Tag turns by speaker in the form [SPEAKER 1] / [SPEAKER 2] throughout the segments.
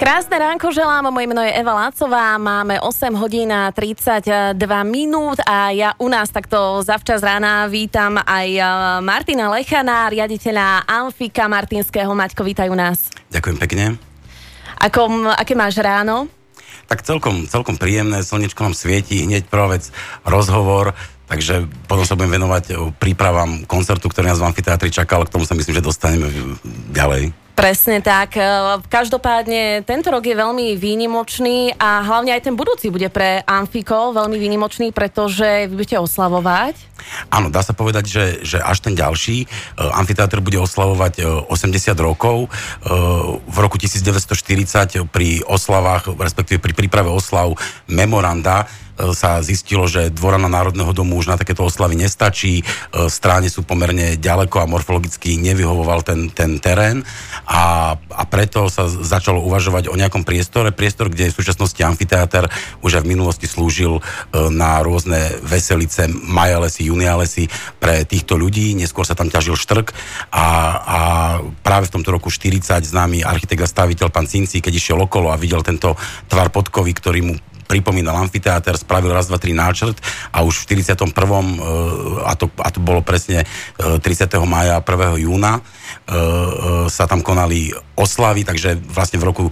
[SPEAKER 1] Krásne ránko želám, moje meno je Eva Lácová, máme 8 hodín a 32 minút a ja u nás takto zavčas rána vítam aj Martina Lechana, riaditeľa Amfika Martinského. Maťko, vítaj u nás.
[SPEAKER 2] Ďakujem pekne.
[SPEAKER 1] Aké máš ráno?
[SPEAKER 2] Tak celkom príjemné, slnečko nám svieti, hneď prvá vec, rozhovor, takže potom sa budem venovať prípravám koncertu, ktorý nás v amfiteátri čakal, k tomu sa myslím, že dostaneme ďalej.
[SPEAKER 1] Presne tak. Každopádne tento rok je veľmi výnimočný a hlavne aj ten budúci bude pre Amfiko veľmi výnimočný, pretože vy budete oslavovať.
[SPEAKER 2] Áno, dá sa povedať, že až ten ďalší amfiteátr bude oslavovať 80 rokov. V roku 1940 pri oslavách, respektíve pri príprave oslav memoranda sa zistilo, že Dvorana Národného domu už na takéto oslavy nestačí, stráne sú pomerne ďaleko a morfologicky nevyhovoval ten terén a preto sa začalo uvažovať o nejakom priestor, kde v súčasnosti amfiteáter už aj v minulosti slúžil na rôzne veselice, majalesy, junialesy pre týchto ľudí, neskôr sa tam ťažil štrk a práve v tomto roku 40 známy architekt a staviteľ pán Cinci, keď išiel okolo a videl tento tvar podkovy, ktorý mu pripomínal amfiteáter, spravil raz, dva, tri náčrt a už v 41. a to bolo presne 30. mája a 1. júna sa tam konali oslavy, takže vlastne v roku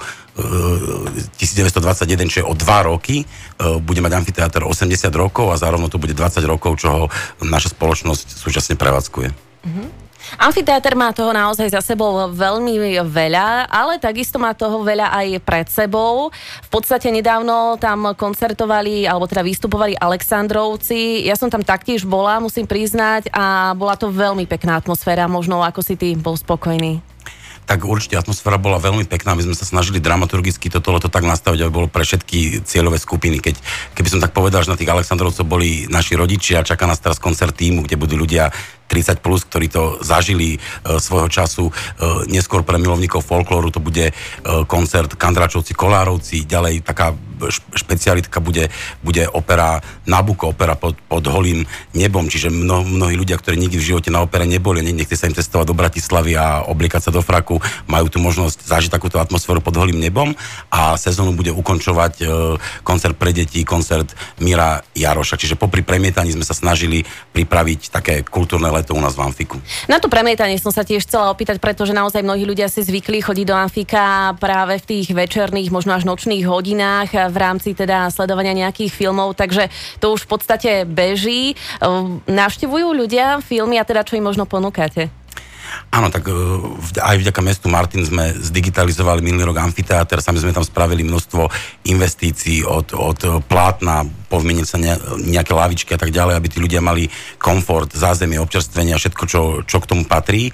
[SPEAKER 2] 1921, čo je o 2 roky, bude mať amfiteáter 80 rokov a zároveň to bude 20 rokov, čo naša spoločnosť súčasne prevádzkuje.
[SPEAKER 1] Amfiteáter má toho naozaj za sebou veľmi veľa, ale takisto má toho veľa aj pred sebou. V podstate nedávno tam koncertovali, alebo teda vystupovali Alexandrovci. Ja som tam taktiež bola, musím priznať, a bola to veľmi pekná atmosféra. Možno ako si ty bol spokojný?
[SPEAKER 2] Tak určite atmosféra bola veľmi pekná. My sme sa snažili dramaturgicky toto leto tak nastaviť, aby bolo pre všetky cieľové skupiny. Keby som tak povedal, že na tých Alexandrovcov boli naši rodičia, čaká nás teraz koncert tímu, kde budú ľudia 30+, ktorí to zažili svojho času. Neskôr pre milovníkov folklóru to bude koncert Kandračovci, Kolárovci, ďalej taká špecialitka bude opera Nabucco, opera pod holým nebom, čiže mnohí ľudia, ktorí nikdy v živote na opere neboli, nechce sa im cestovať do Bratislavy a obliekať sa do fraku, majú tu možnosť zažiť takúto atmosféru pod holým nebom a sezónu bude ukončovať koncert pre deti, koncert Mira Jaroša. Čiže popri premietaní sme sa snažili pripraviť také kultúrne leto u nás v Amfiku. Na
[SPEAKER 1] to premietanie som sa tiež chcela opýtať, pretože naozaj mnohí ľudia si zvykli chodiť do Amfika práve v tých večerných, možno až nočných hodinách v rámci teda sledovania nejakých filmov, takže to už v podstate beží. Navštevujú ľudia filmy a teda čo im možno ponúkate?
[SPEAKER 2] Áno, tak aj vďaka mestu Martin sme zdigitalizovali minulý rok amfiteáter, sami sme tam spravili množstvo investícií od plátna, povymeniť sa nejaké lavičky a tak ďalej, aby tí ľudia mali komfort, zázemie, občerstvenie a všetko, čo k tomu patrí.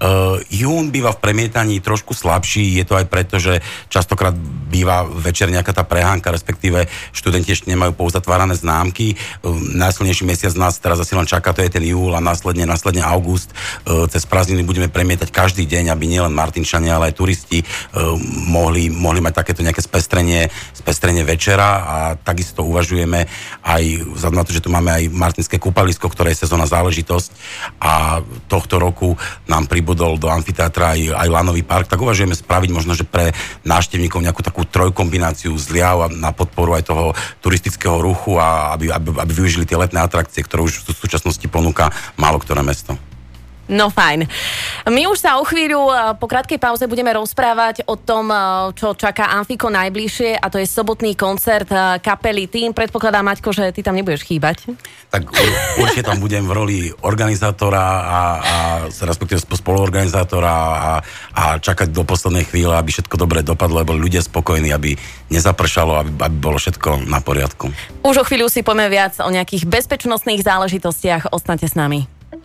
[SPEAKER 2] Jún býva v premietaní trošku slabší, je to aj preto, že častokrát býva večer nejaká tá prehánka, respektíve študenti ešte nemajú pouzatvárané známky. Najsilnejší mesiac nás teraz asi len čaká, to je ten júl a následne august. Cez prázdniny budeme premietať každý deň, aby nielen Martinčania, ale aj turisti mohli mať takéto nejaké spestrenie večera a takisto uvažujeme aj vzhľadom na to, že tu máme aj Martinské kúpalisko, ktoré je sezónna záležitosť a tohto roku nám pribudol do amfiteátra aj lanový park, tak uvažujeme spraviť možno, že pre návštevníkov nejakú takú trojkombináciu zliav na podporu aj toho turistického ruchu a aby využili tie letné atrakcie, ktoré už v súčasnosti ponúka málo ktoré mesto.
[SPEAKER 1] No fajn. My už sa o chvíľu po krátkej pauze budeme rozprávať o tom, čo čaká Amfiko najbližšie a to je sobotný koncert kapely Tým. Predpokladám, Maťko, že ty tam nebudeš chýbať.
[SPEAKER 2] Tak určite tam budem v roli organizátora a respektíve spoluorganizátora a čakať do poslednej chvíle, aby všetko dobre dopadlo, aby boli ľudia spokojní, aby nezapršalo, aby bolo všetko na poriadku.
[SPEAKER 1] Už o chvíľu si povieme viac o nejakých bezpečnostných záležitostiach. Ostaňte s nami.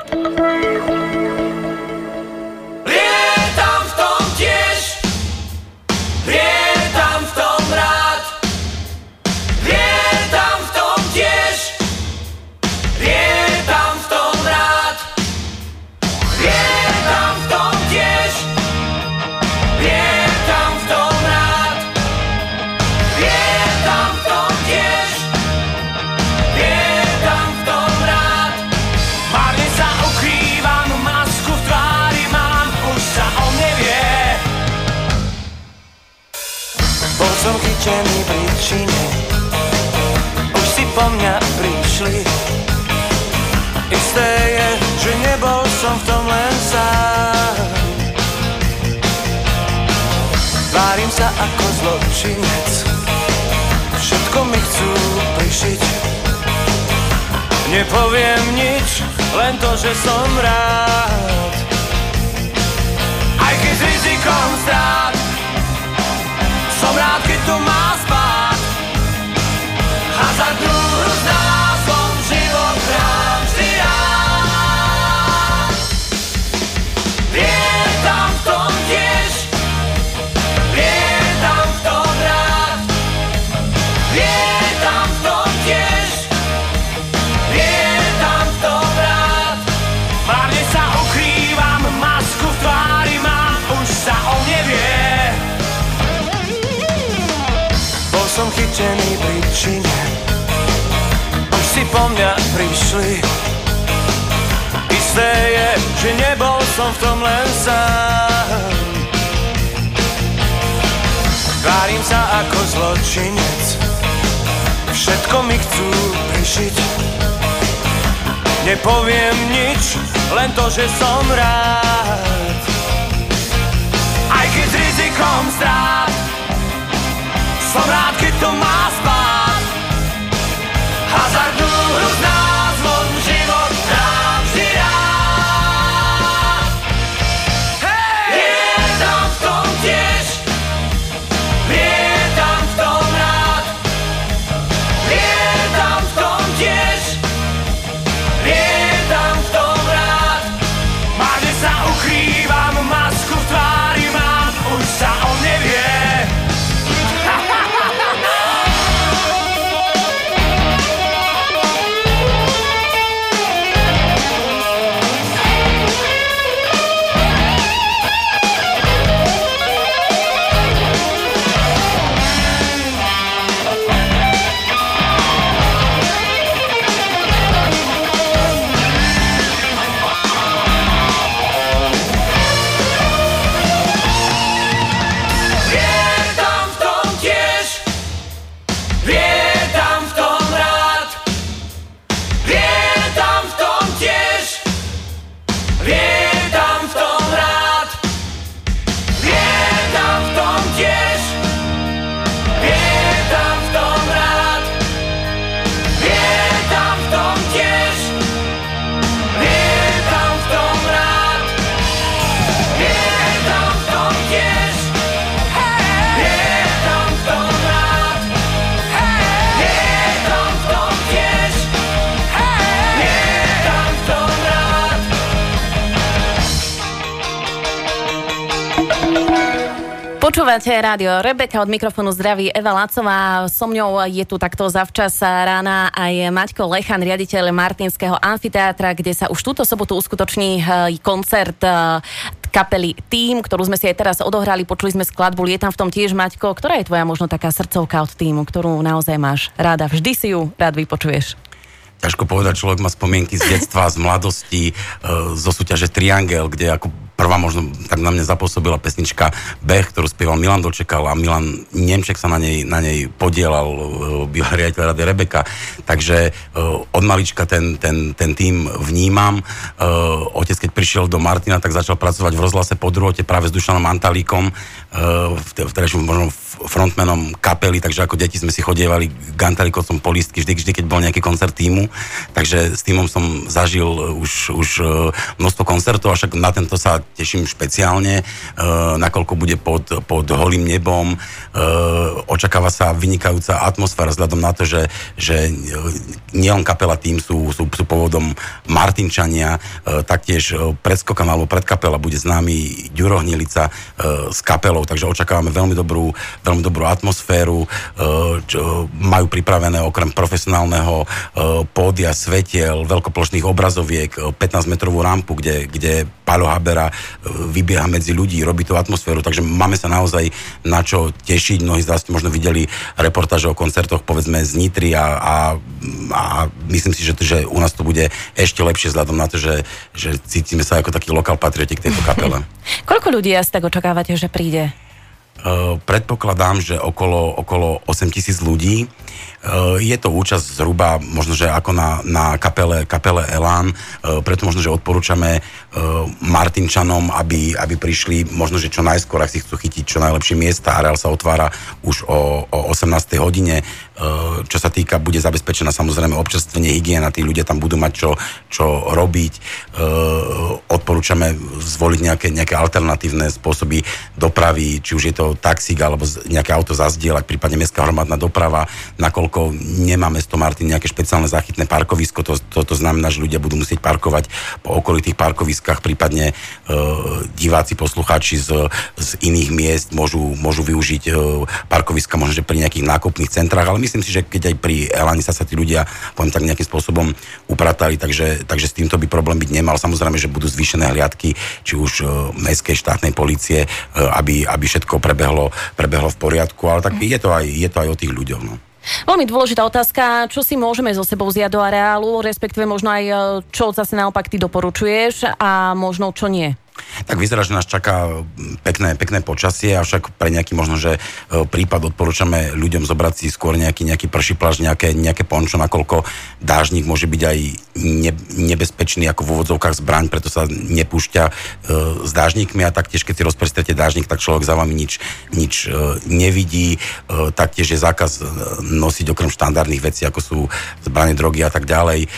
[SPEAKER 3] Lietam v tom tiež, lietam v tom rád, lietam v tom tiež, lietam v tom rád, lietam v tom tiež, lietam v tom rád, lietam v tom tiež, lietam v tom rád. Marne sa ukrývam,
[SPEAKER 4] som chytený príčine, už si po mňa prišli. Isté je, že nebol som v tom len sám. Tvárim sa ako zločinec, všetko mi chcú prišiť. Nepoviem nič, len to, že som rád. Aj keď s rizikom strát, som rád, keď to má spát. Hazardnú hru s názvom život hrám vždy rád. Vietam v tom tiež, vietam v tom rád. Vietam v tom tiež, vietam v tom rád. Márne sa ukrývam, masku v tvári mám, už sa o mne vie. Bol som chytený príčine, už si po mňa prišli. Isté je, že nebol som v tom len sám. Tvárim sa ako zločinec, všetko mi chcú prišiť. Nepoviem nič, len to, že som rád. Aj keď s rizikom strát, som rád, keď to má spát. Hazardnú hru s názvom život hrám vždy rád. Vietam v tom tiež, vietam v tom rád. Vietam v tom tiež, vietam v tom rád. Márne sa ukrývam, masku v tvári mám, už sa o mne vie. Vietam v tom tiež, vietam v tom rád. Vietam v tom tiež, vietam v tom rád. Vietam v tom tiež, vietam v tom rád. Vietam v tom tiež, vietam v tom rád. Vietam v tom tiež, vietam v tom rád. Vietam v tom tiež, vietam v tom rád.
[SPEAKER 1] Počúvate rádio Rebeka, od mikrofónu zdraví Eva Lacová. So mňou je tu takto zavčas rána aj Maťko Lechan, riaditeľ Martinského amfiteátra, kde sa už túto sobotu uskutoční koncert kapely Tým, ktorú sme si aj teraz odohrali. Počuli sme skladbu Lietam v tom tiež. Maťko, ktorá je tvoja možno taká srdcovka od Týmu, ktorú naozaj máš ráda? Vždy si ju rád vypočuješ.
[SPEAKER 2] Ťažko povedať, človek má spomienky z detstva, z mladosti, zo súťaže Triangel, kde ako prvá možno tak na mňa zapôsobila pesnička Beh, ktorú spieval Milan Dočekal a Milan Nemček sa na nej podielal, bývalý riaditeľ Rady Rebeka. Takže od malička ten tým vnímam. Otec, keď prišiel do Martina, tak začal pracovať v rozhlase Po druhote práve s Dušanom Antalíkom, vtedajším možno frontmanom kapely, takže ako deti sme si chodievali k Antalíkovcom po lístky vždy, keď bol nejaký koncert Týmu. Takže s Týmom som zažil už množstvo koncertov, a však na tento sa teším špeciálne, nakoľko bude pod holým nebom. Očakáva sa vynikajúca atmosféra vzhľadom na to, že nielen kapela Tým sú pôvodom Martinčania, taktiež predskokan alebo predkapela bude známy Ďuro Hnilica s kapelou, takže očakávame veľmi dobrú atmosféru. Majú pripravené okrem profesionálneho pódia, svetiel, veľkoplošných obrazoviek, 15-metrovú rampu, kde Paľo Habera vybieha medzi ľudí, robí tú atmosféru, takže máme sa naozaj na čo tešiť. Mnohí z vás ste možno videli reportáže o koncertoch, povedzme z Nitry a myslím si, že u nás to bude ešte lepšie vzhľadom na to, že cítime sa ako taký lokál patrioti k tejto kapele.
[SPEAKER 1] Koľko ľudí asi tak očakávate, že príde?
[SPEAKER 2] Predpokladám, že okolo 8,000 ľudí. Je to účasť zhruba, možno, že ako na kapele Elán, preto možno, že odporúčame Martinčanom, aby prišli, možno, že čo najskôr, ak si chcú chytiť čo najlepšie miesta. Areál sa otvára už o 18. hodine. Čo sa týka, bude zabezpečená samozrejme občerstvenie, hygiena, tí ľudia tam budú mať čo robiť. Odporúčame zvoliť nejaké alternatívne spôsoby dopravy, či už je to taxík alebo nejaké auto zazdieľať, prípadne mestská hromadná doprava, nakoľko nemá mesto Martin nejaké špeciálne záchytné parkovisko, to znamená, že ľudia budú musieť parkovať po okolitých parkoviskách, prípadne diváci, poslucháči z iných miest môžu využiť parkoviska možno, že pri nejakých nákupných centrách, ale myslím si, že keď aj pri Eláne sa tí ľudia, poviem tak, nejakým spôsobom upratali, takže s týmto by problém byť nemal. Samozrejme, že budú zvýšené hliadky, či už mestskej štátnej polície, aby všetko prebehlo v poriadku, ale tak je to aj o tých ľuďoch. No.
[SPEAKER 1] Veľmi dôležitá otázka, čo si môžeme so sebou vziať do areálu, respektíve možno aj čo zase naopak ty doporučuješ a možno čo nie.
[SPEAKER 2] Tak vyzerá, že nás čaká pekné počasie, avšak pre nejaký možno, že prípad odporúčame ľuďom zobrať si skôr nejaký prší plášť, nejaké pončo, nakoľko dážnik môže byť aj nebezpečný ako v úvodzovkách zbraň, preto sa nepúšťa s dážnikmi a taktiež, keď si rozprestrete dážnik, tak človek za vami nič nevidí. Taktiež je zákaz nosiť okrem štandardných vecí, ako sú zbrane, drogy a tak ďalej.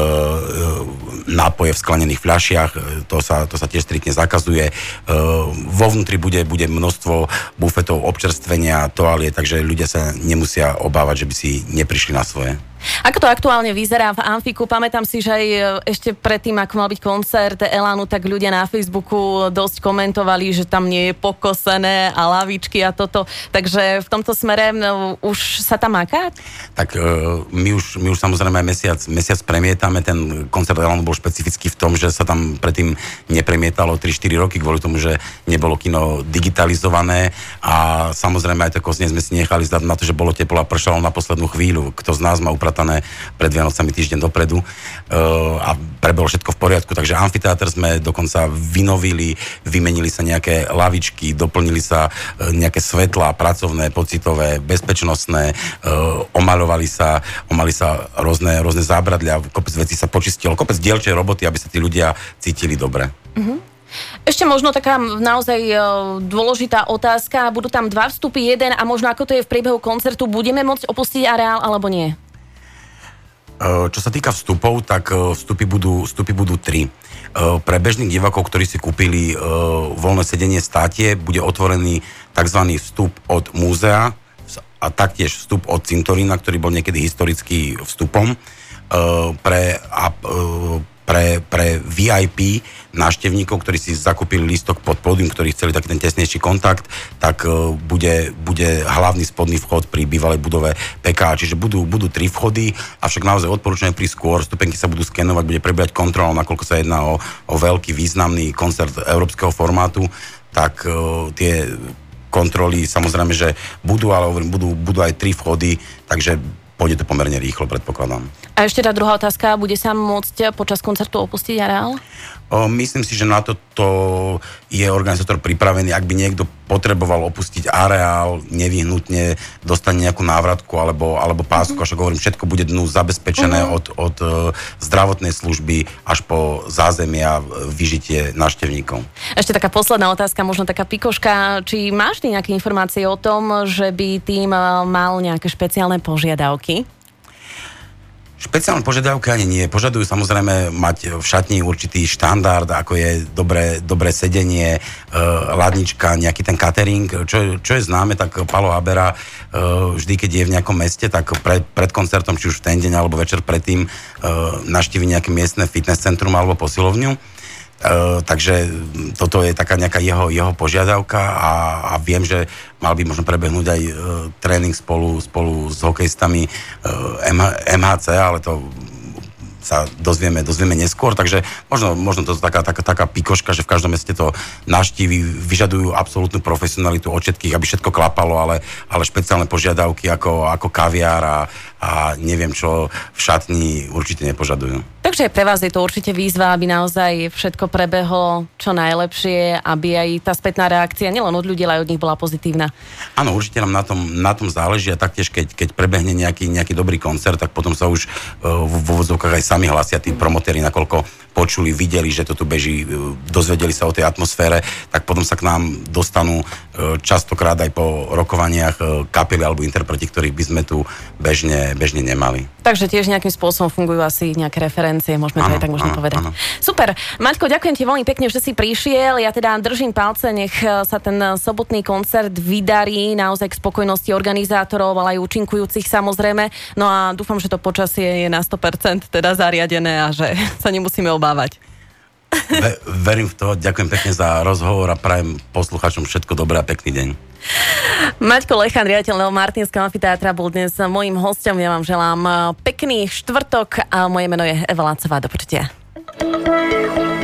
[SPEAKER 2] Nápoje v sklenených fľašiach, to sa tiež striktne zakazuje. Vo vnútri bude množstvo bufetov občerstvenia, toalie, takže ľudia sa nemusia obávať, že by si neprišli na svoje.
[SPEAKER 1] Ako to aktuálne vyzerá v Amfiku? Pamätám si, že aj ešte predtým, ako mal byť koncert Elánu, tak ľudia na Facebooku dosť komentovali, že tam nie je pokosené a lavičky a toto. Takže v tomto smere už sa tam maká?
[SPEAKER 2] Tak my už samozrejme mesiac premietame. Ten koncert Elánu bol špecifický v tom, že sa tam predtým nepremietalo 3-4 roky kvôli tomu, že nebolo kino digitalizované a samozrejme aj to kosne sme si nechali zdať na to, že bolo teplo a pršalo na poslednú chvíľu. Kto z nás má upratané pred Vianocami týždeň dopredu a prebolo všetko v poriadku. Takže amfiteáter sme dokonca vynovili, vymenili sa nejaké lavičky, doplnili sa nejaké svetlá, pracovné, pocitové, bezpečnostné, omalovali sa rôzne zábradlia, kopec vecí sa počistilo, kopec dielčej roboty, aby sa tí ľudia cítili dobre.
[SPEAKER 1] Ešte možno taká naozaj dôležitá otázka. Budú tam 2 vstupy, 1 a možno ako to je v priebehu koncertu, budeme môcť opustiť areál alebo nie?
[SPEAKER 2] Čo sa týka vstupov, tak vstupy budú 3. Pre bežných divákov, ktorí si kúpili voľné sedenie státie, bude otvorený tzv. Vstup od múzea a taktiež vstup od cintorína, ktorý bol niekedy historický vstupom. Pre VIP návštevníkov, ktorí si zakúpili lístok pod pódium, ktorí chceli taký ten tesnejší kontakt, tak bude hlavný spodný vchod pri bývalej budove PK. Čiže budú 3 vchody, avšak naozaj odporúčame prísť skôr, stupenky sa budú skenovať, bude prebiehať kontrola, nakoľko sa jedná o veľký významný koncert európskeho formátu, tak tie kontroly samozrejme, že budú, ale budú aj 3 vchody, takže pôjde to pomerne rýchlo, predpokladám.
[SPEAKER 1] A ešte tá druhá otázka, bude sa môcť počas koncertu opustiť areál?
[SPEAKER 2] Myslím si, že na to je organizátor pripravený. Ak by niekto potreboval opustiť areál, nevyhnutne dostane nejakú návratku alebo pásku, však hovorím, všetko bude dnu zabezpečené od zdravotnej služby až po zázemie a vyžitie návštevníkov. Ešte
[SPEAKER 1] taká posledná otázka, možno taká pikoška. Či máš ty nejaké informácie o tom, že by tým mal nejaké špeciálne požiadavky?
[SPEAKER 2] Špeciálne požiadavky ani nie. Požadujú samozrejme mať v šatni určitý štandard, ako je dobré sedenie, ladnička, nejaký ten catering. Čo je známe, tak Palo Habera vždy, keď je v nejakom meste, tak pred koncertom, či už v ten deň alebo večer predtým, navštívi nejaké miestne fitness centrum alebo posilovňu. Takže toto je taká nejaká jeho požiadavka a viem, že mal by možno prebehnúť aj tréning spolu s hokejistami MHC, ale to sa dozvieme neskôr, takže možno to taká pikoška, že v každom meste to navštíví, vyžadujú absolútnu profesionalitu od všetkých, aby všetko klapalo, ale špeciálne požiadavky ako kaviár a neviem čo v šatni určite nepožadujú.
[SPEAKER 1] Takže pre vás je to určite výzva, aby naozaj všetko prebehlo čo najlepšie, aby aj tá spätná reakcia nielen od ľudí, ale aj od nich bola pozitívna.
[SPEAKER 2] Áno, určite nám na tom záleží a taktiež, keď prebehne nejaký dobrý koncert, tak potom sa už v úvodzovkách aj sami hlasia tí promotéri, nakoľko počuli, videli, že to tu beží, dozvedeli sa o tej atmosfére, tak potom sa k nám dostanú častokrát aj po rokovaniach kapely alebo interpreti, ktorých by sme tu bežne nemali.
[SPEAKER 1] Takže tiež nejakým spôsobom fungujú asi nejaké referencie, môžeme to aj tak možno povedať.
[SPEAKER 2] Áno.
[SPEAKER 1] Super. Maťko, ďakujem ti veľmi pekne, že si prišiel. Ja teda držím palce, nech sa ten sobotný koncert vydarí naozaj k spokojnosti organizátorov, ale aj účinkujúcich samozrejme. No a dúfam, že to počasie je na 100% teda zariadené a že sa nemusíme obávať.
[SPEAKER 2] Verím v to, ďakujem pekne za rozhovor a prajem poslucháčom všetko dobré a pekný deň.
[SPEAKER 1] Maťko Lechan, riaditeľ Martinského amfiteátra, bol dnes mojím hosťom. Ja vám želám pekný štvrtok a moje meno je Eva Lácová. Do počutia.